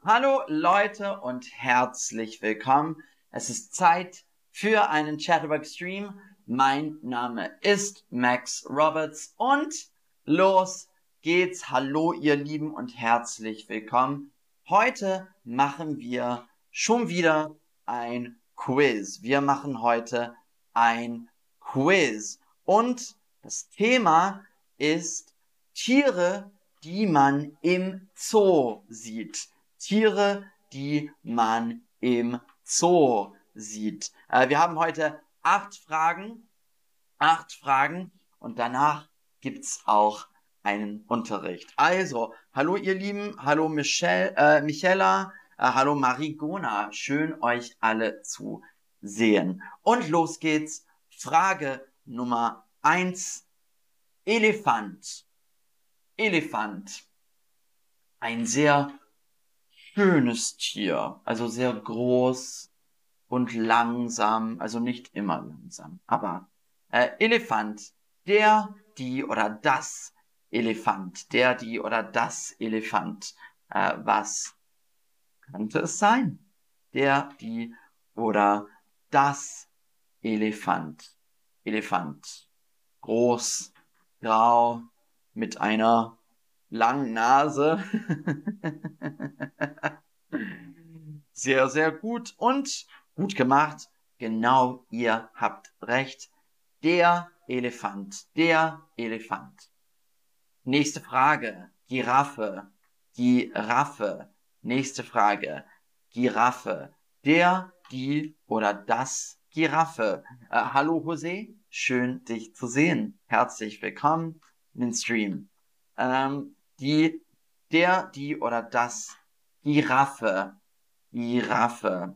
Hallo Leute und herzlich willkommen. Es ist Zeit für einen Chatterbug Stream. Mein Name ist Max Roberts und los geht's. Hallo ihr Lieben und herzlich willkommen. Heute machen wir schon wieder ein Quiz. Wir machen heute ein Quiz und das Thema ist Tiere, die man im Zoo sieht. Tiere, die man im Zoo sieht. Wir haben heute 8 Fragen. 8 Fragen und danach gibt's auch einen Unterricht. Also, hallo ihr Lieben, hallo Michela, hallo Marigona. Schön euch alle zu sehen. Und los geht's. Frage Nummer 1. Elefant. Elefant. Ein sehr schönes Tier, also sehr groß und langsam, also nicht immer langsam, aber Elefant, der, die oder das Elefant, der, die oder das Elefant, was könnte es sein? Der, die oder das Elefant. Elefant. Groß, grau, mit einer langen Nase. Sehr, sehr gut und gut gemacht. Genau, ihr habt recht. Der Elefant, der Elefant. Nächste Frage. Giraffe, Giraffe. Nächste Frage. Giraffe. Der, die oder das Giraffe. Hallo José, schön dich zu sehen. Herzlich willkommen in den Stream. Der, die oder das Giraffe. Giraffe.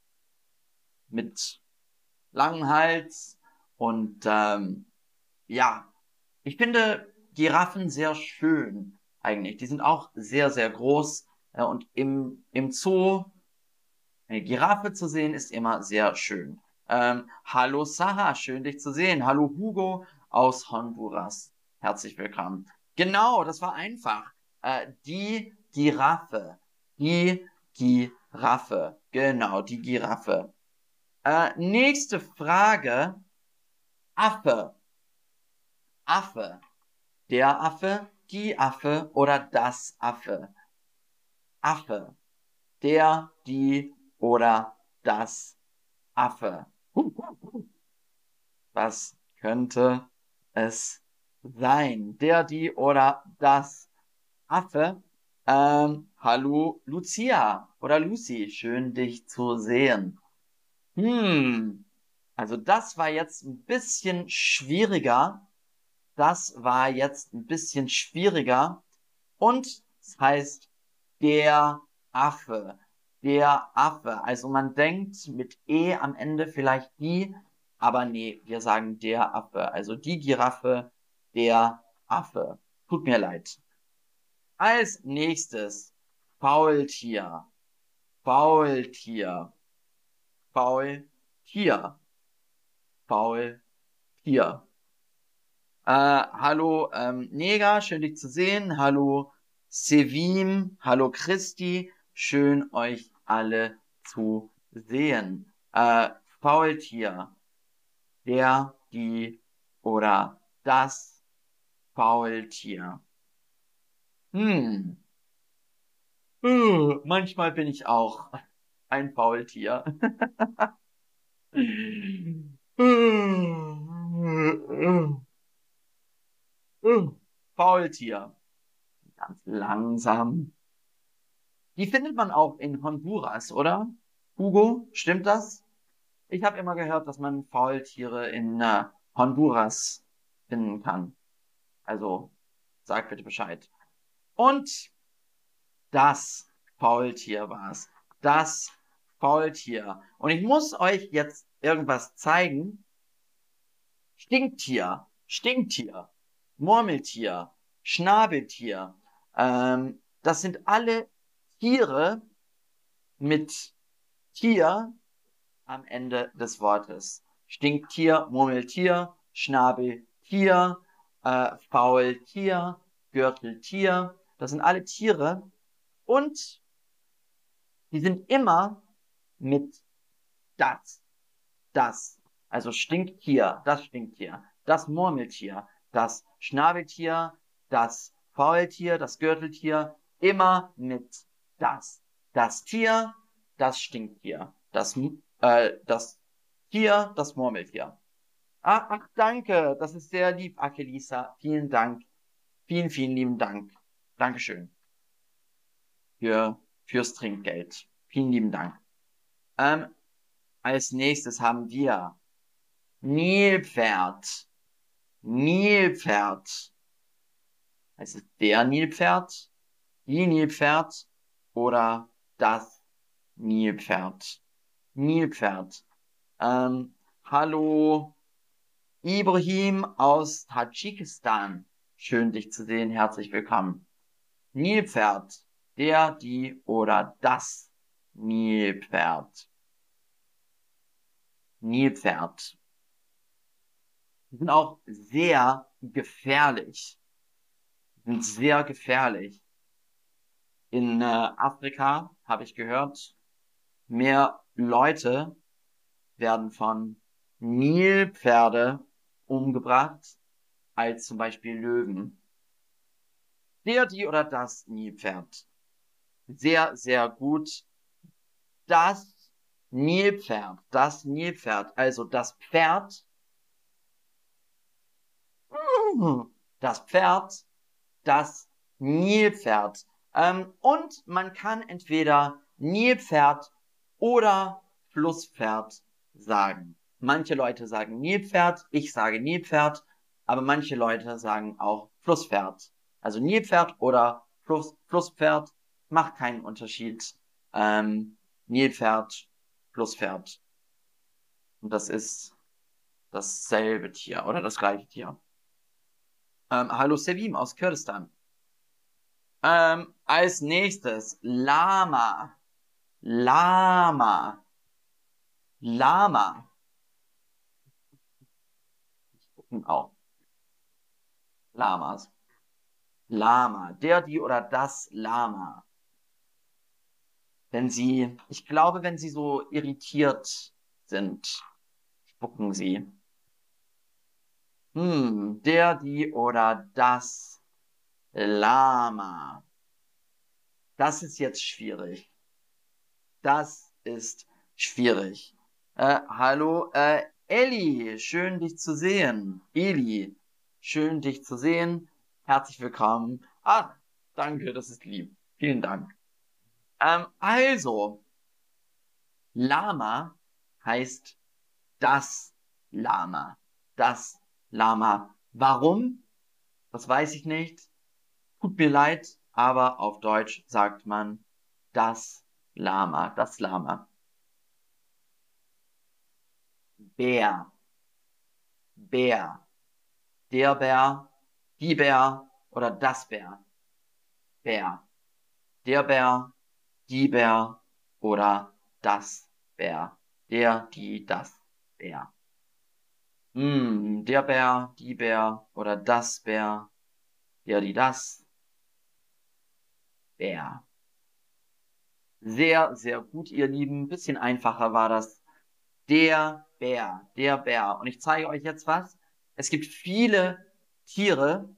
Mit langem Hals und ja, ich finde Giraffen sehr schön eigentlich. Die sind auch sehr, sehr groß und im Zoo eine Giraffe zu sehen ist immer sehr schön. Hallo Saha, schön dich zu sehen. Hallo Hugo aus Honduras. Herzlich willkommen. Genau, das war einfach. Die Giraffe. Die Giraffe. Genau, die Giraffe. Nächste Frage. Affe. Affe. Der Affe, die Affe oder das Affe. Affe. Der, die oder das Affe. Was könnte es sein? Der, die oder das Affe? Hallo Lucia oder Lucy, schön dich zu sehen. Also das war jetzt ein bisschen schwieriger. Das war jetzt ein bisschen schwieriger. Und es heißt der Affe. Der Affe. Also man denkt mit E am Ende vielleicht die, aber nee, wir sagen der Affe. Also die Giraffe, der Affe. Tut mir leid. Als nächstes Faultier. Faultier. Faultier. Faultier. Hallo Nega, schön dich zu sehen. Hallo Sevim, hallo Christi, schön euch alle zu sehen. Faultier, der, die oder das Faultier. Hm. Manchmal bin ich auch ein Faultier. Faultier. Ganz langsam. Die findet man auch in Honduras, oder? Hugo, stimmt das? Ich habe immer gehört, dass man Faultiere in Honduras finden kann. Also, sag bitte Bescheid. Und das Faultier war's. Das Faultier. Und ich muss euch jetzt irgendwas zeigen. Stinktier, Stinktier, Murmeltier, Schnabeltier. Das sind alle Tiere mit Tier am Ende des Wortes. Stinktier, Murmeltier, Schnabeltier, Faultier, Gürteltier. Das sind alle Tiere. Und Die sind immer mit das. Also Stinktier, das Stinktier, das Murmeltier, das Schnabeltier, das Faultier, das Gürteltier, immer mit das. Das Tier, das Stinktier, das Tier, das Murmeltier. Ach, danke, das ist sehr lieb, Akelisa. Vielen Dank. Vielen, vielen lieben Dank. Dankeschön fürs Trinkgeld. Vielen lieben Dank. Ähm, als nächstes haben wir Nilpferd. Nilpferd. Heißt es der Nilpferd, die Nilpferd oder das Nilpferd? Nilpferd. Hallo Ibrahim aus Tadschikistan. Schön, dich zu sehen. Herzlich willkommen. Nilpferd. Der, die oder das Nilpferd. Nilpferd. Die sind auch sehr gefährlich. Sind sehr gefährlich. In Afrika habe ich gehört, mehr Leute werden von Nilpferde umgebracht als zum Beispiel Löwen. Der, die oder das Nilpferd. Sehr, sehr gut. Das Nilpferd, also das Pferd, das Pferd, das Nilpferd. Und man kann entweder Nilpferd oder Flusspferd sagen. Manche Leute sagen Nilpferd, ich sage Nilpferd, aber manche Leute sagen auch Flusspferd. Also Nilpferd oder Flusspferd macht keinen Unterschied. Nilpferd, Flusspferd. Und das ist dasselbe Tier oder das gleiche Tier. Hallo Sevim aus Kurdistan. Als nächstes Lama. Lama. Lama. Auch. Lamas. Lama. Der, die oder das Lama. Ich glaube, wenn sie so irritiert sind, spucken sie. Der, die oder das Lama. Das ist jetzt schwierig. Das ist schwierig. Hallo, Elli, schön dich zu sehen. Eli, schön dich zu sehen. Herzlich willkommen. Ah, danke, das ist lieb. Vielen Dank. Also, Lama heißt das Lama. Das Lama. Warum? Das weiß ich nicht. Tut mir leid, aber auf Deutsch sagt man das Lama. Das Lama. Bär. Bär. Der Bär, die Bär oder das Bär. Bär. Der Bär, die Bär oder das Bär. Der, die, das Bär. Der Bär, die Bär oder das Bär. Der, die, das Bär. Sehr, sehr gut, ihr Lieben. Bisschen einfacher war das. Der Bär, der Bär. Und ich zeige euch jetzt was. Es gibt viele Tiere,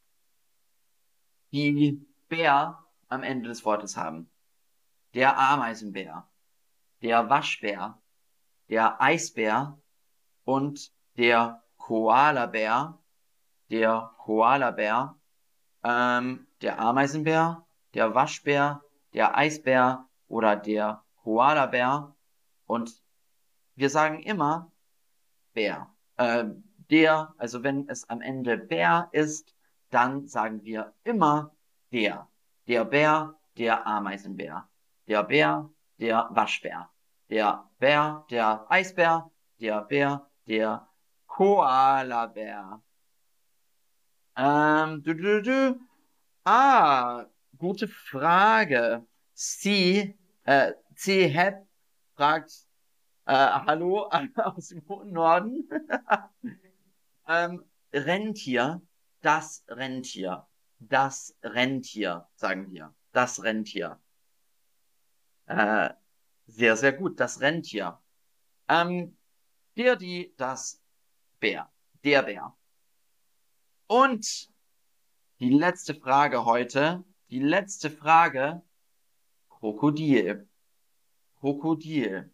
die Bär am Ende des Wortes haben. Der Ameisenbär, der Waschbär, der Eisbär und der Koalabär. Der Koalabär, der Ameisenbär, der Waschbär, der Eisbär oder der Koalabär. Und wir sagen immer Bär. Also wenn es am Ende Bär ist, dann sagen wir immer der. Der Bär, der Ameisenbär. Der Bär, der Waschbär. Der Bär, der Eisbär. Der Bär, der Koalabär. Du, du, du. Gute Frage. C. fragt, hallo aus dem hohen Norden. Rentier, das Rentier, das Rentier, sagen wir, das Rentier. Äh, sehr, sehr gut. Das Rentier. Ähm, das Bär. Der Bär. Und die letzte Frage heute. Die letzte Frage. Krokodil. Krokodil.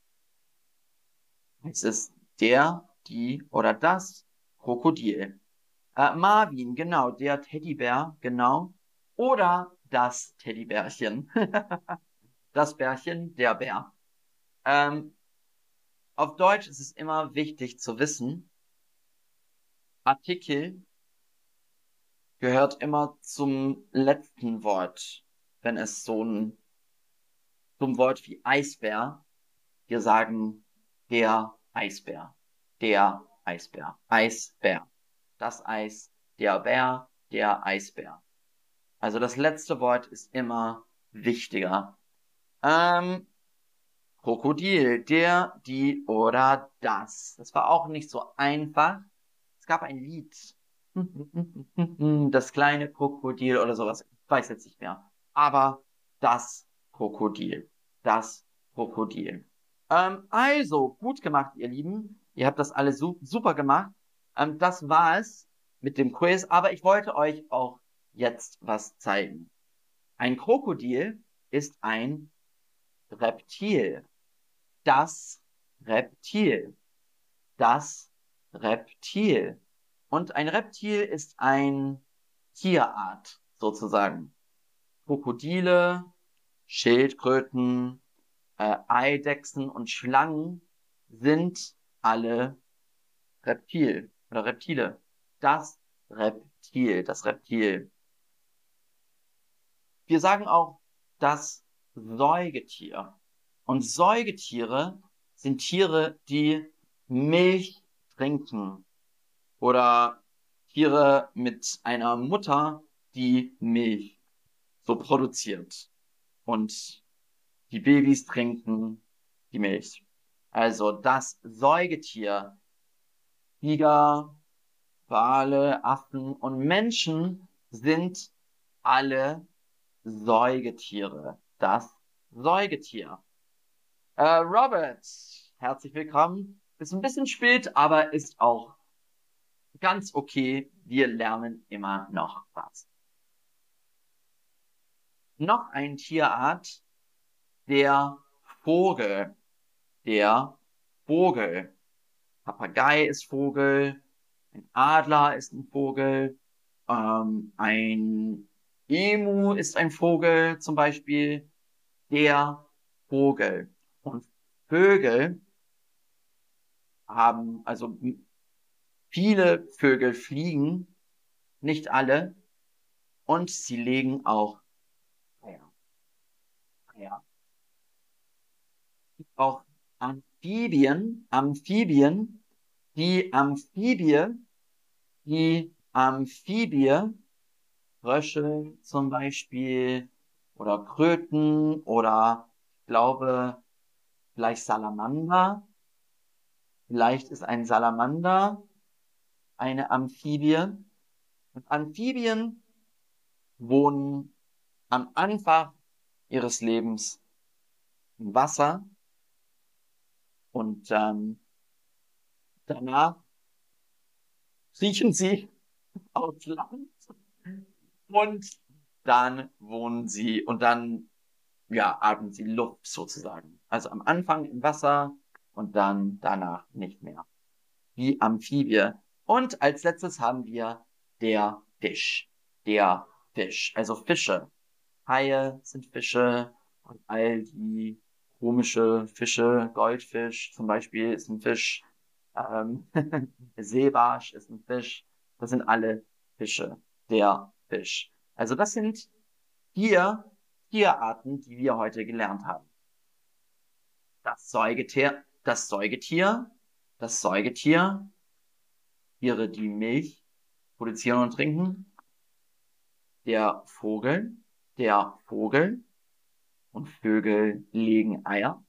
Es ist der, die oder das Krokodil. Marvin, genau, der Teddybär, genau. Oder das Teddybärchen. Das Bärchen, der Bär. Ähm, auf Deutsch ist es immer wichtig zu wissen, Artikel gehört immer zum letzten Wort, wenn es so ein Wort wie Eisbär, wir sagen der Eisbär, der Eisbär, Eisbär, das Eis, der Eisbär. Also das letzte Wort ist immer wichtiger. Ähm, Krokodil, der, die oder das. Das war auch nicht so einfach. Es gab ein Lied. Das kleine Krokodil oder sowas. Ich weiß jetzt nicht mehr. Aber das Krokodil. Das Krokodil. Also, gut gemacht, ihr Lieben. Ihr habt das alles super gemacht. Das war es mit dem Quiz. Aber ich wollte euch auch jetzt was zeigen. Ein Krokodil ist ein Reptil. Das Reptil. Das Reptil. Und ein Reptil ist ein Tierart, sozusagen. Krokodile, Schildkröten, Eidechsen und Schlangen sind alle Reptil oder Reptile. Das Reptil, das Reptil. Wir sagen auch das Säugetier. Und Säugetiere sind Tiere, die Milch trinken oder Tiere mit einer Mutter, die Milch so produziert. Und die Babys trinken die Milch. Also das Säugetier, Tiger, Wale, Affen und Menschen sind alle Säugetiere. Das Säugetier. Robert, herzlich willkommen. Ist ein bisschen spät, aber ist auch ganz okay. Wir lernen immer noch was. Noch ein Tierart, der Vogel. Der Vogel. Papagei ist Vogel. Ein Adler ist ein Vogel. Ein Emu ist ein Vogel zum Beispiel. Der Vogel. Und Vögel also viele Vögel fliegen, nicht alle, und sie legen auch Eier. Eier. Auch Amphibien, die Amphibie, die Amphibie, Frösche zum Beispiel, oder Kröten, oder ich glaube, vielleicht Salamander. Vielleicht ist ein Salamander eine Amphibie. Und Amphibien wohnen am Anfang ihres Lebens im Wasser und danach kriechen sie aufs Land und dann ja, atmen sie Luft sozusagen. Also am Anfang im Wasser und dann danach nicht mehr. Wie Amphibie. Und als letztes haben wir der Fisch. Der Fisch. Also Fische. Haie sind Fische und all die komische Fische. Goldfisch zum Beispiel ist ein Fisch. Ähm, Seebarsch ist ein Fisch. Das sind alle Fische. Der Fisch. Also das sind vier Tierarten, die wir heute gelernt haben. Das Säugetier, Tiere, die Milch produzieren und trinken, der Vogel, und Vögel legen Eier,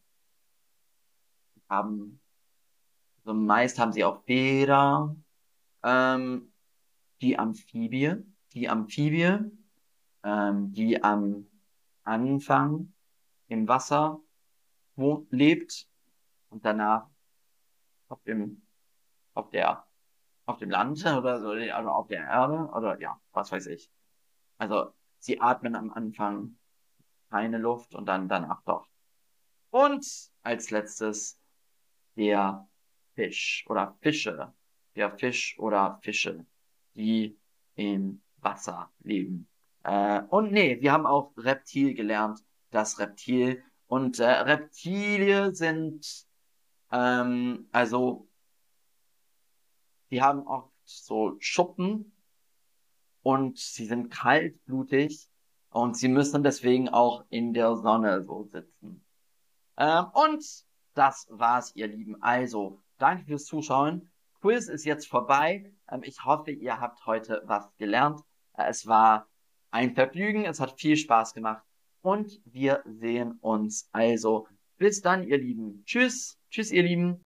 also meist haben sie auch Feder, ähm, die Amphibie, die Amphibie, die am Anfang im Wasser lebt und danach auf dem, auf der, auf dem Land oder so, also auf der Erde oder ja, was weiß ich. Also sie atmen am Anfang keine Luft und dann danach doch. Und als letztes der Fisch oder Fische. Der Fisch oder Fische, die im Wasser leben. Und nee, wir haben auch Reptil gelernt. Das Reptil. Und Reptilien sind, also, die haben auch so Schuppen und sie sind kaltblutig und sie müssen deswegen auch in der Sonne so sitzen. Und das war's, ihr Lieben. Also, danke fürs Zuschauen. Quiz ist jetzt vorbei. Ich hoffe, ihr habt heute was gelernt. Es war ein Vergnügen. Es hat viel Spaß gemacht. Und wir sehen uns also. Bis dann, ihr Lieben. Tschüss. Tschüss, ihr Lieben.